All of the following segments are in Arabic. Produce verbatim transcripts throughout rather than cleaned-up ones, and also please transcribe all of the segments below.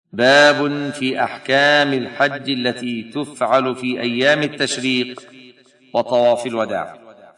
باب في أحكام الحج التي تفعل في أيام التشريق وطواف الوداع.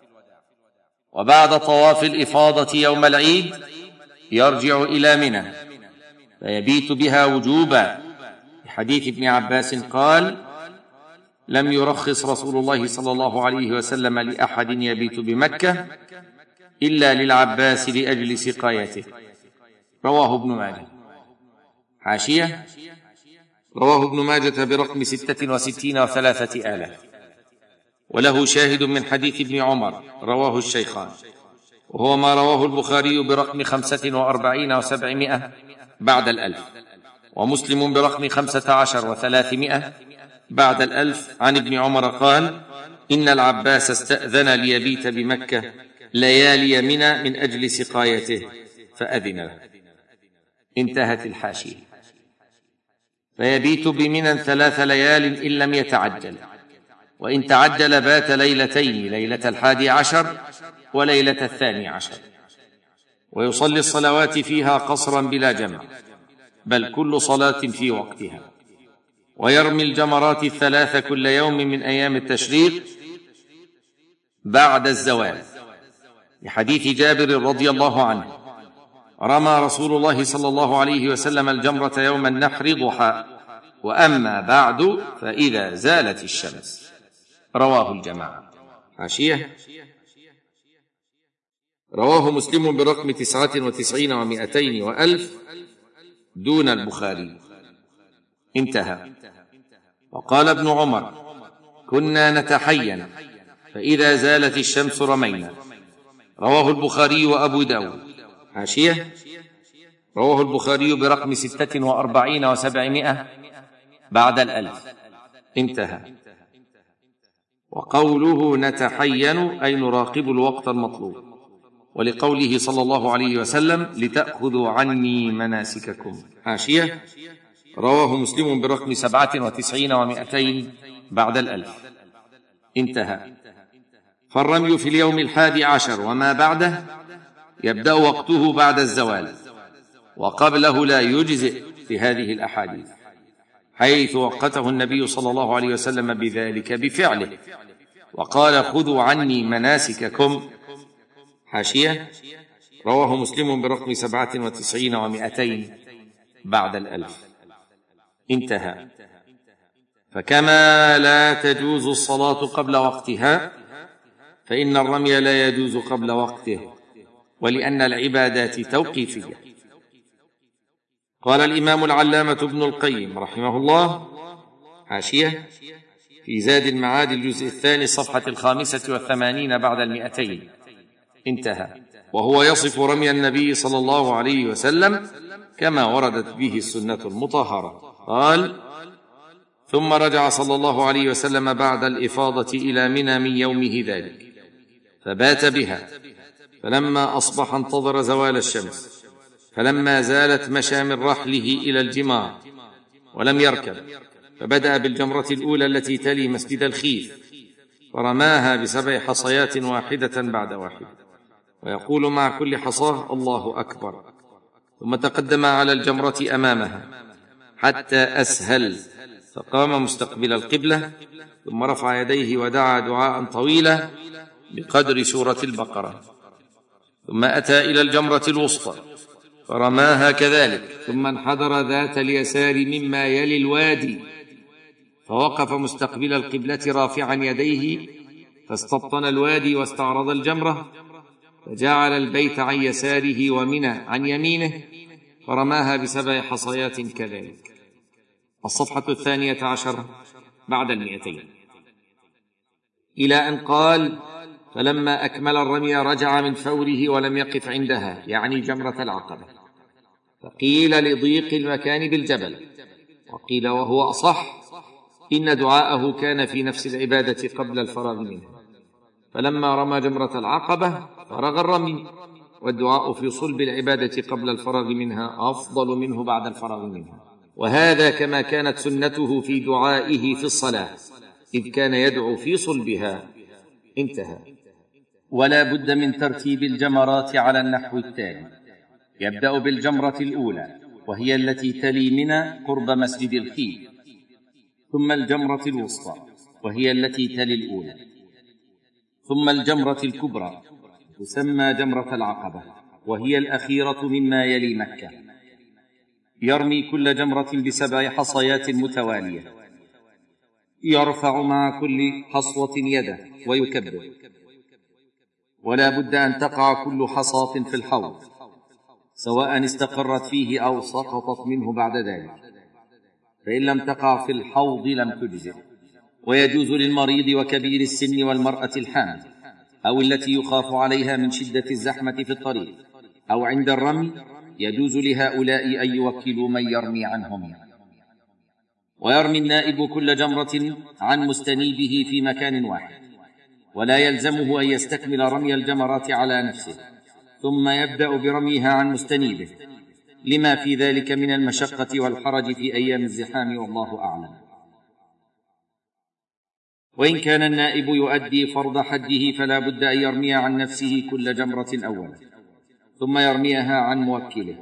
وبعد طواف الإفاضة يوم العيد يرجع إلى منى فيبيت بها وجوبا، لحديث ابن عباس قال: لم يرخص رسول الله صلى الله عليه وسلم لأحد يبيت بمكة إلا للعباس لأجل سقايته. رواه ابن ماجه. حاشية: رواه ابن ماجة برقم ستة وستين وثلاثة آلاف، وله شاهد من حديث ابن عمر رواه الشيخان، وهو ما رواه البخاري برقم خمسة وأربعين وسبعمائة بعد الألف، ومسلم برقم خمسة عشر وثلاثمائة بعد الألف، عن ابن عمر قال: إن العباس استأذن ليبيت بمكة ليالي منى من أجل سقايته فأذن له. انتهت الحاشية. فيبيت بمنى ثلاث ليال إن لم يتعجل، وإن تعجل بات ليلتين، ليلة الحادي عشر وليلة الثاني عشر، ويصلي الصلوات فيها قصرا بلا جمع، بل كل صلاة في وقتها، ويرمي الجمرات الثلاث كل يوم من أيام التشريق بعد الزوال، لحديث جابر رضي الله عنه: رمى رسول الله صلى الله عليه وسلم الجمرة يوم النحر ضحى، وأما بعد فإذا زالت الشمس. رواه الجماعة. حاشية: رواه مسلم برقم تسعة وتسعين ومائتين وألف دون البخاري. انتهى. وقال ابن عمر: كنا نتحين فإذا زالت الشمس رمينا. رواه البخاري وأبو داود. حاشية: رواه البخاري برقم ستة وأربعين وسبعمائة بعد الألف. انتهى. وقوله نتحين أي نراقب الوقت المطلوب، ولقوله صلى الله عليه وسلم: لتأخذوا عني مناسككم. حاشية: رواه مسلم برقم سبعة وتسعين ومائتين بعد الألف. انتهى. فالرمي في اليوم الحادي عشر وما بعده يبدأ وقته بعد الزوال، وقبله لا يجزئ في هذه الأحاديث، حيث وقته النبي صلى الله عليه وسلم بذلك بفعله، وقال: خذوا عني مناسككم. حاشية: رواه مسلم برقم سبعة وتسعين ومائتين بعد الألف. انتهى. فكما لا تجوز الصلاة قبل وقتها، فإن الرمي لا يجوز قبل وقته، ولأن العبادات توقيفية. قال الإمام العلامة ابن القيم رحمه الله: حاشية: في زاد المعاد الجزء الثاني صفحة الخامسة والثمانين بعد المئتين. انتهى. وهو يصف رمي النبي صلى الله عليه وسلم كما وردت به السنة المطهرة. قال: ثم رجع صلى الله عليه وسلم بعد الإفاضة إلى منى من يومه ذلك، فبات بها، فلما أصبح انتظر زوال الشمس، فلما زالت مشى من رحله إلى الجمار ولم يركب، فبدأ بالجمرة الأولى التي تلي مسجد الخيف، فرماها بسبع حصيات واحدة بعد واحدة، ويقول مع كل حصاه: الله أكبر، ثم تقدم على الجمرة أمامها حتى أسهل، فقام مستقبل القبلة، ثم رفع يديه ودعا دعاء طويلا بقدر سورة البقرة، ثم أتى إلى الجمرة الوسطى فرماها كذلك، ثم انحدر ذات اليسار مما يلي الوادي، فوقف مستقبل القبلة رافعا يديه، فاستبطن الوادي واستعرض الجمرة، فجعل البيت عن يساره ومنى عن يمينه، فرماها بسبع حصيات كذلك. الصفحة الثانية عشر بعد المئتين، إلى أن قال: فلما أكمل الرمي رجع من فوره ولم يقف عندها، يعني جمرة العقبة، فقيل لضيق المكان بالجبل، وقيل وهو أصح إن دعاءه كان في نفس العبادة قبل الفراغ منها، فلما رمى جمرة العقبة فرغ الرمي، والدعاء في صلب العبادة قبل الفراغ منها أفضل منه بعد الفراغ منها، وهذا كما كانت سنته في دعائه في الصلاة، إذ كان يدعو في صلبها. انتهى. ولا بد من ترتيب الجمرات على النحو التالي: يبدأ بالجمرة الأولى وهي التي تلي منى قرب مسجد الخيل، ثم الجمرة الوسطى وهي التي تلي الأولى، ثم الجمرة الكبرى تسمى جمرة العقبة وهي الأخيرة مما يلي مكة. يرمي كل جمرة بسبع حصيات متوالية، يرفع مع كل حصوة يده ويكبر، ولا بد أن تقع كل حصاة في الحوض سواء استقرت فيه أو سقطت منه بعد ذلك، فإن لم تقع في الحوض لم تجزئ. ويجوز للمريض وكبير السن والمرأة الحامل أو التي يخاف عليها من شدة الزحمة في الطريق أو عند الرمي، يجوز لهؤلاء أن يوكلوا من يرمي عنهم. ويرمي النائب كل جمرة عن مستنيبه في مكان واحد، ولا يلزمه أن يستكمل رمي الجمرات على نفسه ثم يبدأ برميها عن مستنيبه، لما في ذلك من المشقة والحرج في أيام الزحام، والله أعلم. وإن كان النائب يؤدي فرض حجه فلا بد أن يرمي عن نفسه كل جمرة أولا ثم يرميها عن موكله،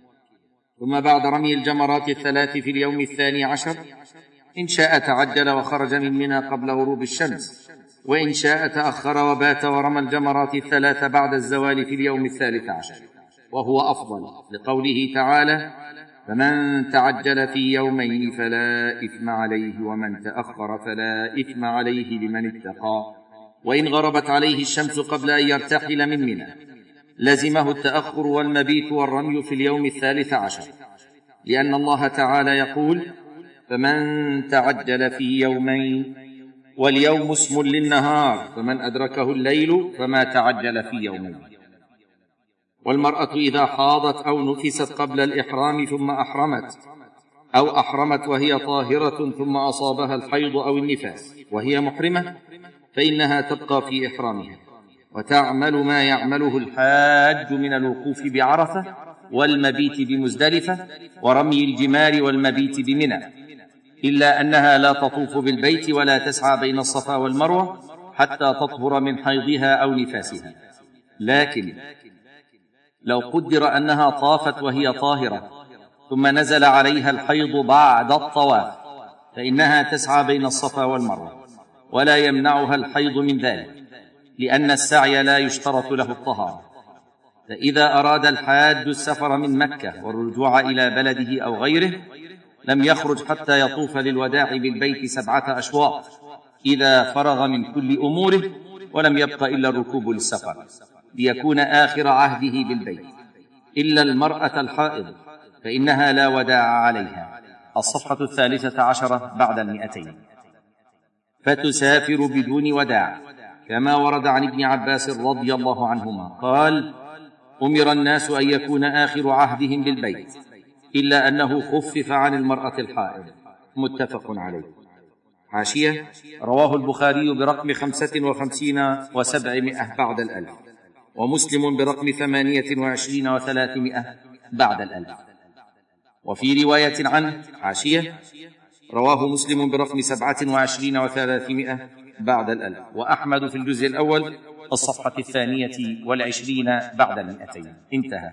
ثم بعد رمي الجمرات الثلاث في اليوم الثاني عشر إن شاء تعجل وخرج من منى قبل غروب الشمس، وإن شاء تأخر وبات ورمى الجمرات الثلاث بعد الزوال في اليوم الثالث عشر، وهو أفضل لقوله تعالى: فمن تعجل في يومين فلا إثم عليه ومن تأخر فلا إثم عليه لمن اتقى. وإن غربت عليه الشمس قبل أن يرتحل من منى لزمه التأخر والمبيت والرمي في اليوم الثالث عشر، لأن الله تعالى يقول: فمن تعجل في يومين، واليوم اسم للنهار، فمن أدركه الليل فما تعجل في يومين. والمرأة إذا حاضت أو نفست قبل الإحرام ثم أحرمت، أو أحرمت وهي طاهرة ثم أصابها الحيض أو النفاس وهي محرمة، فإنها تبقى في إحرامها وتعمل ما يعمله الحاج من الوقوف بعرفة والمبيت بمزدلفة ورمي الجمار والمبيت بمنى، إلا أنها لا تطوف بالبيت ولا تسعى بين الصفا والمروة حتى تطهر من حيضها أو نفاسها. لكن لو قدر أنها طافت وهي طاهرة ثم نزل عليها الحيض بعد الطواف فإنها تسعى بين الصفا والمروة ولا يمنعها الحيض من ذلك، لأن السعي لا يشترط له الطهارة. فإذا أراد الحاج السفر من مكة والرجوع إلى بلده أو غيره لم يخرج حتى يطوف للوداع بالبيت سبعة أشواط إذا فرغ من كل أموره ولم يبق إلا الركوب للسفر، ليكون آخر عهده بالبيت، إلا المرأة الحائض فإنها لا وداع عليها. الصفحة الثالثة عشرة بعد المئتين. فتسافر بدون وداع، كما ورد عن ابن عباس رضي الله عنهما قال: أمر الناس أن يكون آخر عهدهم بالبيت، إلا أنه خفف عن المرأة الحائض. متفق عليه. حاشية: رواه البخاري برقم خمسة وخمسين وسبعمائة بعد الألف، ومسلم برقم ثمانية وعشرين وثلاثمائة بعد الألف. وفي رواية عنه: حاشية: رواه مسلم برقم سبعة وعشرين وثلاثمائة بعد الألف، وأحمد في الجزء الأول الصفحة الثانية والعشرين بعد المئتين. انتهى.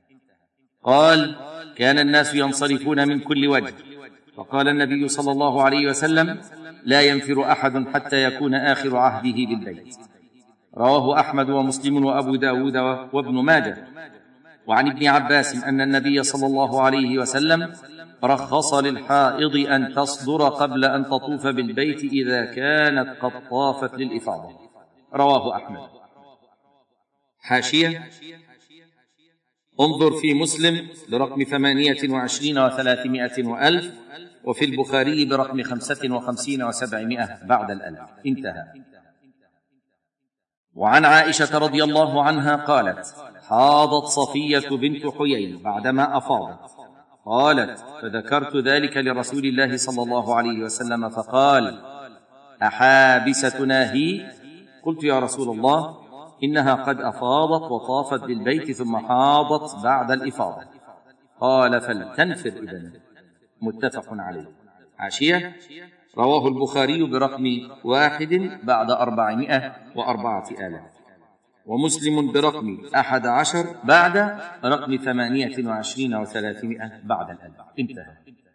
قال: كان الناس ينصرفون من كل وجه، فقال النبي صلى الله عليه وسلم: لا ينفر أحد حتى يكون آخر عهده بالبيت. رواه أحمد ومسلم وأبو داود وابن ماجه. وعن ابن عباس أن النبي صلى الله عليه وسلم رخص للحائض أن تصدر قبل أن تطوف بالبيت إذا كانت قد طافت للإفاضة. رواه أحمد. حاشية: انظر في مسلم برقم ثمانية وعشرين وثلاثمائة وألف، وفي البخاري برقم خمسة وخمسين وسبعمائة بعد الألف. انتهى. وعن عائشة رضي الله عنها قالت: حاضت صفية بنت حيي بعدما أفاضت، قالت: فذكرت ذلك لرسول الله صلى الله عليه وسلم فقال: أحابستنا هي؟ قلت: يا رسول الله، إنها قد أفاضت وطافت بالبيت ثم حاضت بعد الإفاضة. قال: فلتنفر إذن. متفق عليه. حاشية: رواه البخاري برقم واحد بعد أربعمائة وأربعة آلاف. ومسلم برقم أحد عشر بعد رقم ثمانية وعشرين وثلاثمائة بعد الألف. انتهى.